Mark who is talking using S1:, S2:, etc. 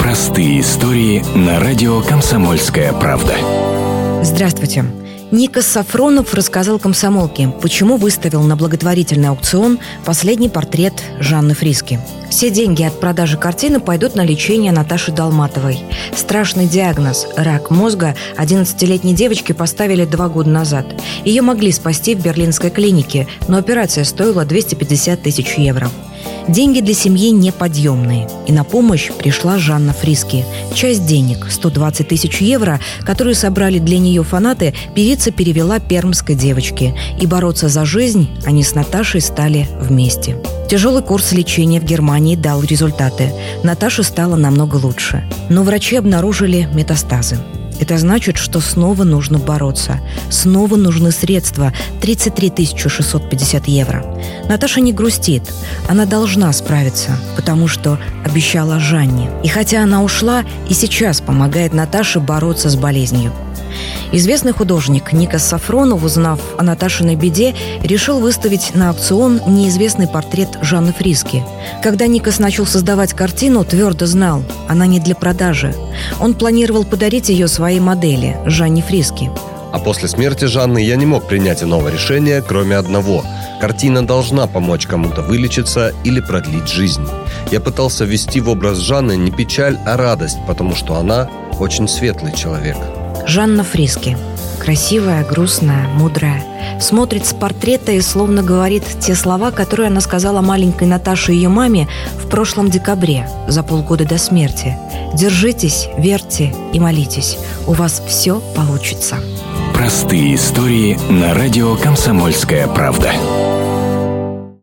S1: Простые истории на радио «Комсомольская правда».
S2: Здравствуйте. Никос Сафронов рассказал «Комсомолке», почему выставил на благотворительный аукцион последний портрет Жанны Фриске. Все деньги от продажи картины пойдут на лечение Наташи Долматовой. Страшный диагноз – рак мозга 11-летней девочке поставили 2 года назад. Ее могли спасти в берлинской клинике, но операция стоила 250 тысяч евро. Деньги для семьи неподъемные, и на помощь пришла Жанна Фриске. Часть денег, 120 тысяч евро, которые собрали для нее фанаты, певица перевела пермской девочке. И бороться за жизнь они с Наташей стали вместе. Тяжелый курс лечения в Германии дал результаты. Наташа стала намного лучше. Но врачи обнаружили метастазы. Это значит, что снова нужно бороться. Снова нужны средства – 33 650 евро. Наташа не грустит. Она должна справиться, потому что обещала Жанне. И хотя она ушла, и сейчас помогает Наташе бороться с болезнью. Известный художник Никос Сафронов, узнав о Наташиной беде, решил выставить на аукцион неизвестный портрет Жанны Фриске. Когда Никос начал создавать картину, твердо знал – она не для продажи. Он планировал подарить ее своей модели – Жанне Фриске.
S3: А после смерти Жанны я не мог принять иного решения, кроме одного. Картина должна помочь кому-то вылечиться или продлить жизнь. Я пытался ввести в образ Жанны не печаль, а радость, потому что она очень светлый человек.
S2: Жанна Фриске. Красивая, грустная, мудрая. Смотрит с портрета и словно говорит те слова, которые она сказала маленькой Наташе и ее маме в прошлом декабре, за полгода до смерти. Держитесь, верьте и молитесь. У вас все получится.
S1: Простые истории на радио «Комсомольская правда».